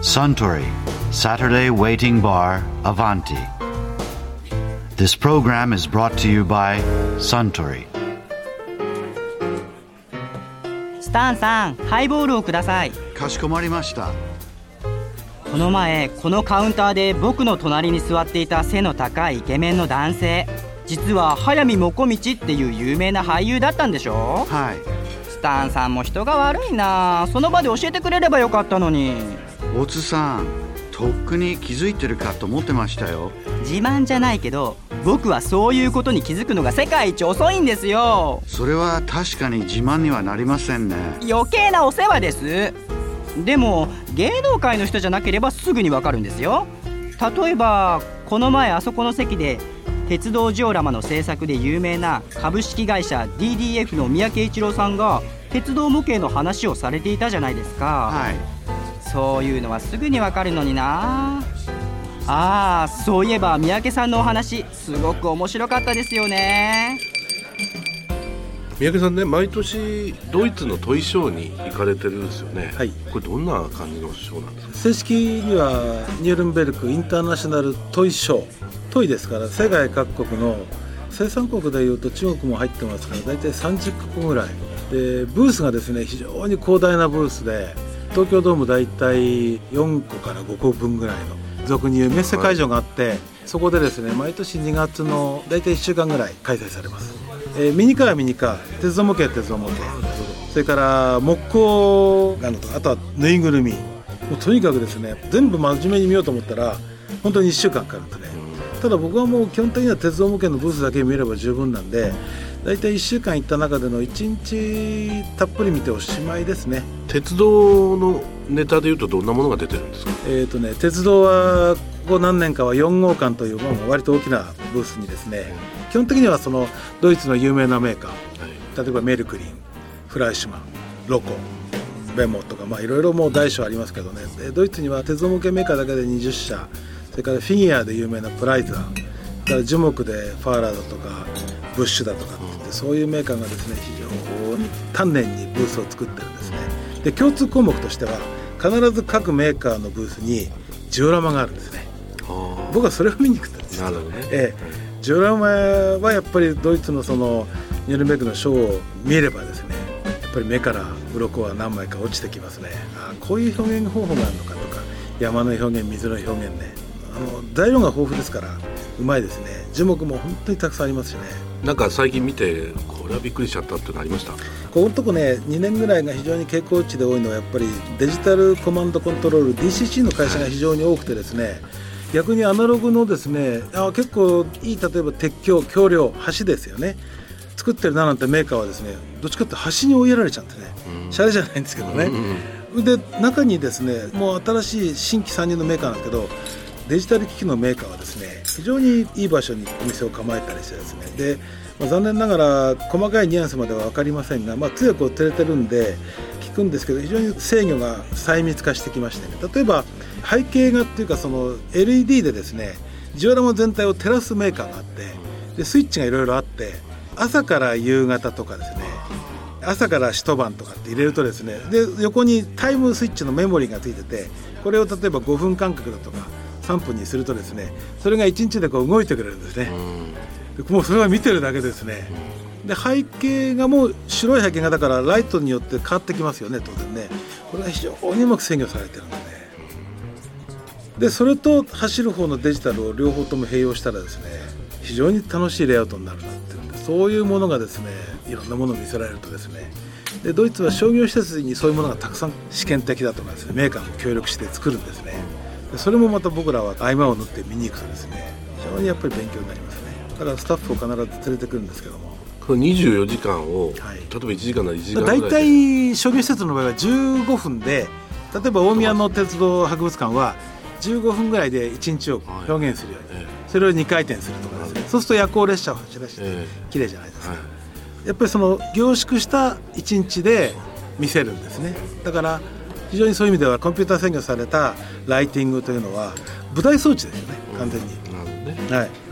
Suntory Saturday Waiting Bar Avanti. This program is brought to you by Suntory. スタンさん、ハイボールをください。 かしこまりました。 この前このカウンターで僕の隣に座っていた背の高いイケメンの男性、実は速水もこみちっていう有名な俳優だったんでしょ。 はい。 スタンさんも人が悪いな。その場で教えてくれればよかったのに。 大津さん、とっくに気づいてるかと思ってましたよ。 自慢じゃないけど、僕はそういうことに気づくのが世界一遅いんですよ。 それは確かに自慢にはなりませんね。 余計なお世話です。でも芸能界の人じゃなければすぐにわかるんですよ。例えばこの前あそこの席で鉄道ジオラマの制作で有名な株式会社 DDF の三宅一郎さんが鉄道模型の話をされていたじゃないですか。 はい。 そういうのはすぐにわかるのにな。ああ、そういえば三宅さんのお話すごく面白かったですよね。 三宅さんね、毎年ドイツのトイショーに行かれてるんですよね。 はい。 これどんな感じのショーなんですか？ 正式にはニュールンベルクインターナショナルトイショー、トイですから世界各国の生産国でいうと中国も入ってますから大体30カ国ぐらいで、ブースがですね非常に広大なブースで、東京ドーム大体4個から5個分ぐらいの俗に言うメッセ会場があって、はい、そこでですね毎年2月の大体1週間ぐらい開催されます。ミニカーはミニカー、鉄道模型は鉄道模型、それから木工がのとか、あとはぬいぐるみ、もうとにかくですね全部真面目に見ようと思ったら本当に1週間かかるんでね。ただ僕はもう基本的には鉄道模型のブースだけ見れば十分なんで、だいたい1週間行った中での1日たっぷり見ておしまいですね。 鉄道のネタでいうとどんなものが出てるんですか？ 鉄道はここ何年かは4号館という割と大きなブースにですね、基本的にはそのドイツの有名なメーカー、はい、例えばメルクリン、フライシュマン、ロコ、ベモとか、いろいろもう大小ありますけどね。ドイツには鉄道模型メーカーだけで20社、それからフィギュアで有名なプライザー、から樹木でファーラーだとかブッシュだとかって言って、そういうメーカーがですね非常に丹念にブースを作ってるんですね。で、共通項目としては必ず各メーカーのブースにジオラマがあるんですね。僕はそれを見に行くんです。 なるほどね。 ジオラマはやっぱりドイツのそのニュルンベルクのショーを見ればですね、やっぱり目から鱗は何枚か落ちてきますね。こういう表現方法があるのかとか、山の表現、水の表現ね、材料が豊富ですからうまいですね。樹木も本当にたくさんありますしね。 なんか最近見てこれはびっくりしちゃったってのありました？ ここのとこね2年ぐらいが非常に傾向値で多いのはやっぱりデジタルコマンドコントロール DCC の会社が非常に多くてですね、逆にアナログのですね結構いい、例えば鉄橋、橋梁、橋ですよね作ってるななんてメーカーはですねどっちかって橋に追いやられちゃってね、シャレじゃないんですけどね、で中にですねもう新しい新規参入のメーカーなんですけど、デジタル機器のメーカーはですね非常にいい場所にお店を構えたりしてですね、で、残念ながら細かいニュアンスまでは分かりませんが、強く照れてるんで聞くんですけど、非常に制御が細密化してきましてね、例えば背景画っていうかその LED でですねジオラマ全体を照らすメーカーがあって、でスイッチがいろいろあって、朝から夕方とかですね、朝から一晩とかって入れるとですね、で横にタイムスイッチのメモリーがついてて、これを例えば5分間隔だとか3分にするとですね、それが1日でこう動いてくれるんですね。でもうそれは見てるだけですね。で背景がもう白い背景がだからライトによって変わってきますよね、当然ね。これが非常にうまく制御されてるんでね。でそれと走る方のデジタルを両方とも併用したらですね非常に楽しいレイアウトになるなっていうんで、そういうものがですねいろんなものを見せられるとですね、でドイツは商業施設にそういうものがたくさん試験的だとかですね、メーカーも協力して作るんですね。でそれもまた僕らは合間を縫って見に行くとですね非常にやっぱり勉強になりますね。だからスタッフを必ず連れてくるんですけども、 この24時間を、例えば1時間なら1時間ぐらいで、 だいたい商業施設の場合は15分で、例えば大宮の鉄道博物館は15分ぐらいで1日を表現するように、それを2回転するとかですね、そうすると夜行列車を走らせて綺麗じゃないですか、やっぱりその凝縮した1日で見せるんですね。だから非常にそういう意味ではコンピューター制御されたライティングというのは舞台装置ですよね、完全に。 なるほどね。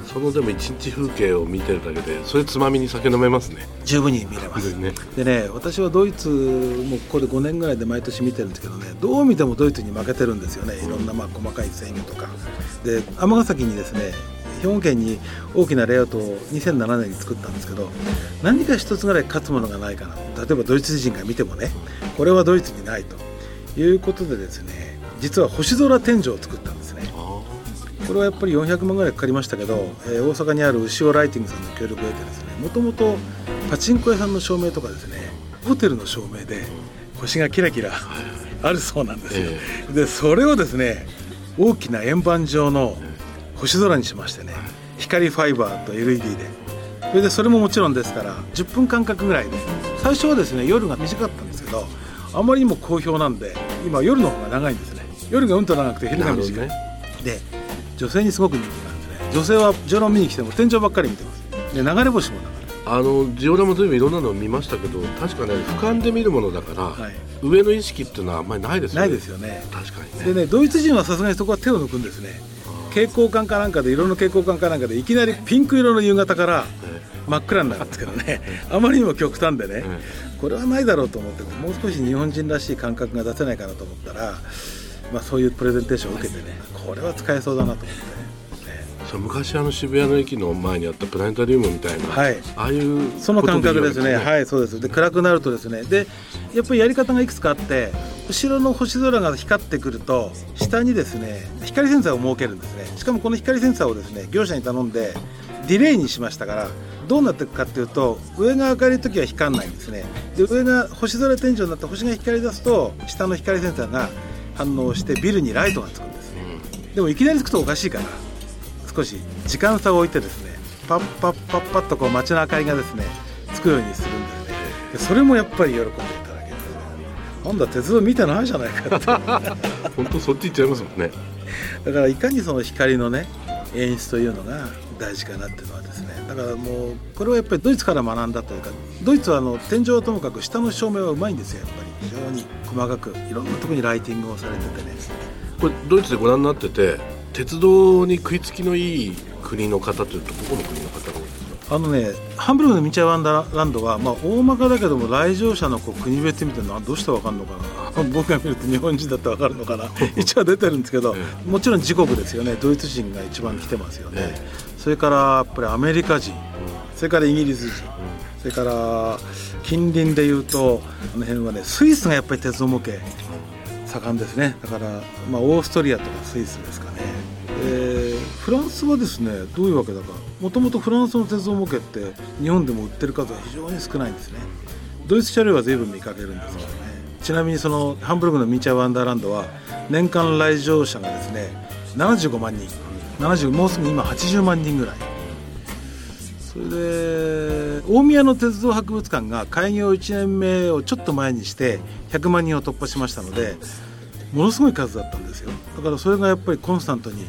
そのでも一日風景を見てるだけでそれつまみに酒飲めますね。 十分に見れます、 ね、 でね、私はドイツもここで5年ぐらいで毎年見てるんですけどね、どう見てもドイツに負けてるんですよね。いろんな細かい制御とかで、尼崎にですね、兵庫県に大きなレイアウトを2007年に作ったんですけど、何か一つぐらい勝つものがないかな。例えばドイツ人が見てもね、これはドイツにないということでですね、実は星空天井を作ったんですね。これはやっぱり400万ぐらいかかりましたけど、大阪にある牛尾ライティングさんの協力を得てですね、もともとパチンコ屋さんの照明とかですね、ホテルの照明で星がキラキラあるそうなんですよ、でそれをですね、大きな円盤状の星空にしましてね、光ファイバーと LED で、それももちろんですから10分間隔ぐらいで、最初はですね夜が短かったんですけど、あまりにも好評なんで今夜の方が長いんですね。夜がうんと長くて昼が短い、ね、で女性にすごく人気なんですね。女性はジオラマ見に来ても天井ばっかり見てます。で流れ星もジオラマといういろんなのを見ましたけど、確かね俯瞰で見るものだから、はい、上の意識っていうのはあんまりないですよね。 ないですよね。 確かにね。 でね、ドイツ人はさすがにそこは手を抜くんですね。蛍光管かなんかで、色の蛍光管かなんかでいきなりピンク色の夕方から真っ暗になるんですけどね、あまりにも極端でね、これはないだろうと思って、もう少し日本人らしい感覚が出せないかなと思ったら、そういうプレゼンテーションを受けてね、これは使えそうだなと思って、 そう昔渋谷の駅の前にあったプラネタリウムみたいな、はい、ああいうその感覚ですね。はい、そうです。で暗くなるとですね、でやっぱりやり方がいくつかあって、後ろの星空が光ってくると下にですね光センサーを設けるんですね。しかもこの光センサーをですね業者に頼んでディレイにしましたから、どうなっていくかっていうと、上が明るい時は光らないんですね。で上が星空天井になって星が光り出すと、下の光センサーが反応してビルにライトがつくんですね。でもいきなりつくとおかしいから、少し時間差を置いてですね、パッパッパッパッとこう街の明かりがですねつくようにするんですね。でそれもやっぱり喜んでいただけるんですね。なんだ鉄道見てないじゃないかって本当そっち行っちゃいますもんね。 だからいかにその光のね演出というのが大事かなっていうのはですね、だからもうこれはやっぱりドイツから学んだというか、ドイツは天井はともかく下の照明はうまいんですよ。やっぱり非常に細かくいろんなところにライティングをされててね。 これドイツでご覧になってて、鉄道に食いつきのいい国の方というとどこの国の方が多いですか？ハンブルグのミチャワンダーランドは、大まかだけども来場者の国別見てるのはどうして分かるのかな僕が見ると日本人だって分かるのかな一応出てるんですけど、もちろん自国ですよね。ドイツ人が一番来てますよね、それからやっぱりアメリカ人、それからイギリス人、それから近隣でいうとあの辺はね、スイスがやっぱり鉄道模型盛んですね。だから、オーストリアとかスイスですかね。フランスはですねどういうわけだか、もともとフランスの鉄道模型って日本でも売ってる数は非常に少ないんですね。ドイツ車両は随分見かけるんですけどね。ちなみにそのハンブルグのミチャワンダーランドは年間来場者がですね75万人、もうすぐ今80万人ぐらい。それで大宮の鉄道博物館が開業1年目をちょっと前にして100万人を突破しましたので、ものすごい数だったんですよ。だからそれがやっぱりコンスタントに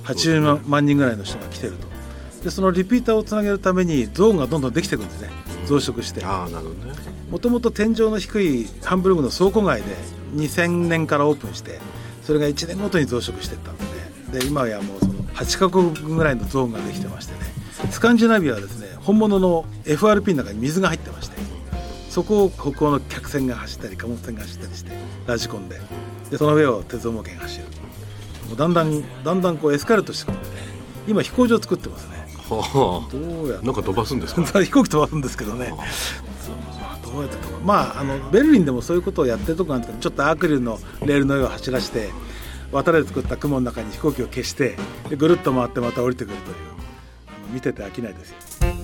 80万人ぐらいの人が来てると。でそのリピーターをつなげるためにゾーンがどんどんできていくんですね、増殖して。もともと天井の低いハンブルグの倉庫街で2000年からオープンして、それが1年ごとに増殖していったんでね。で今やもうその8カ国ぐらいのゾーンができてましてね、スカンジナビアはですね本物の FRP の中に水が入ってまして、そこを北欧の客船が走ったり貨物船が走ったりしてラジコンで、その上を鉄道模型が走る。もうだんだんこうエスカレートしてくるんで、今飛行場作ってますね。どうやなんか飛ばすんですか？ 飛行機飛ばすんですけどね。どうやってベルリンでもそういうことをやってるとこなんですけど、ちょっとアクリルのレールの上を走らせて、綿で作った雲の中に飛行機を消して、でぐるっと回ってまた降りてくるという、見てて飽きないですよ。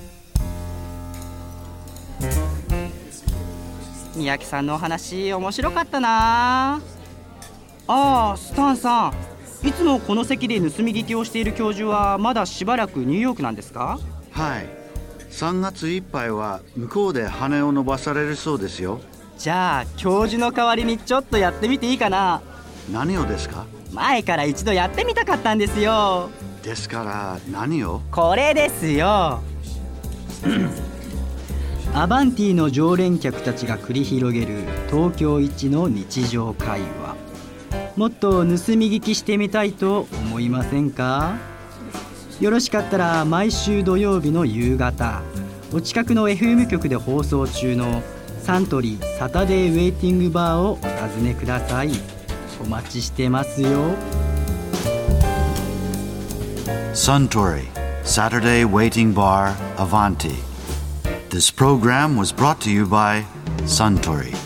三宅さんのお話面白かったなあ。スタンさん、いつもこの席で盗み聞きをしている教授はまだしばらくニューヨークなんですか？ はい、3月いっぱいは向こうで羽を伸ばされるそうですよ。 じゃあ教授の代わりにちょっとやってみていいかな？ 何をですか？ 前から一度やってみたかったんですよ。 ですから何を？これですよアバンティの常連客たちが繰り広げる東京一の日常会話、もっと盗み聞きしてみたいと思いませんか？ よろしかったら毎週土曜日の夕方、お近くの FM 局で放送中のサントリーサタデーウェイティングバーをお尋ねください。お待ちしてますよ。 Suntory Saturday Waiting Bar Avanti. This program was brought to you by Suntory.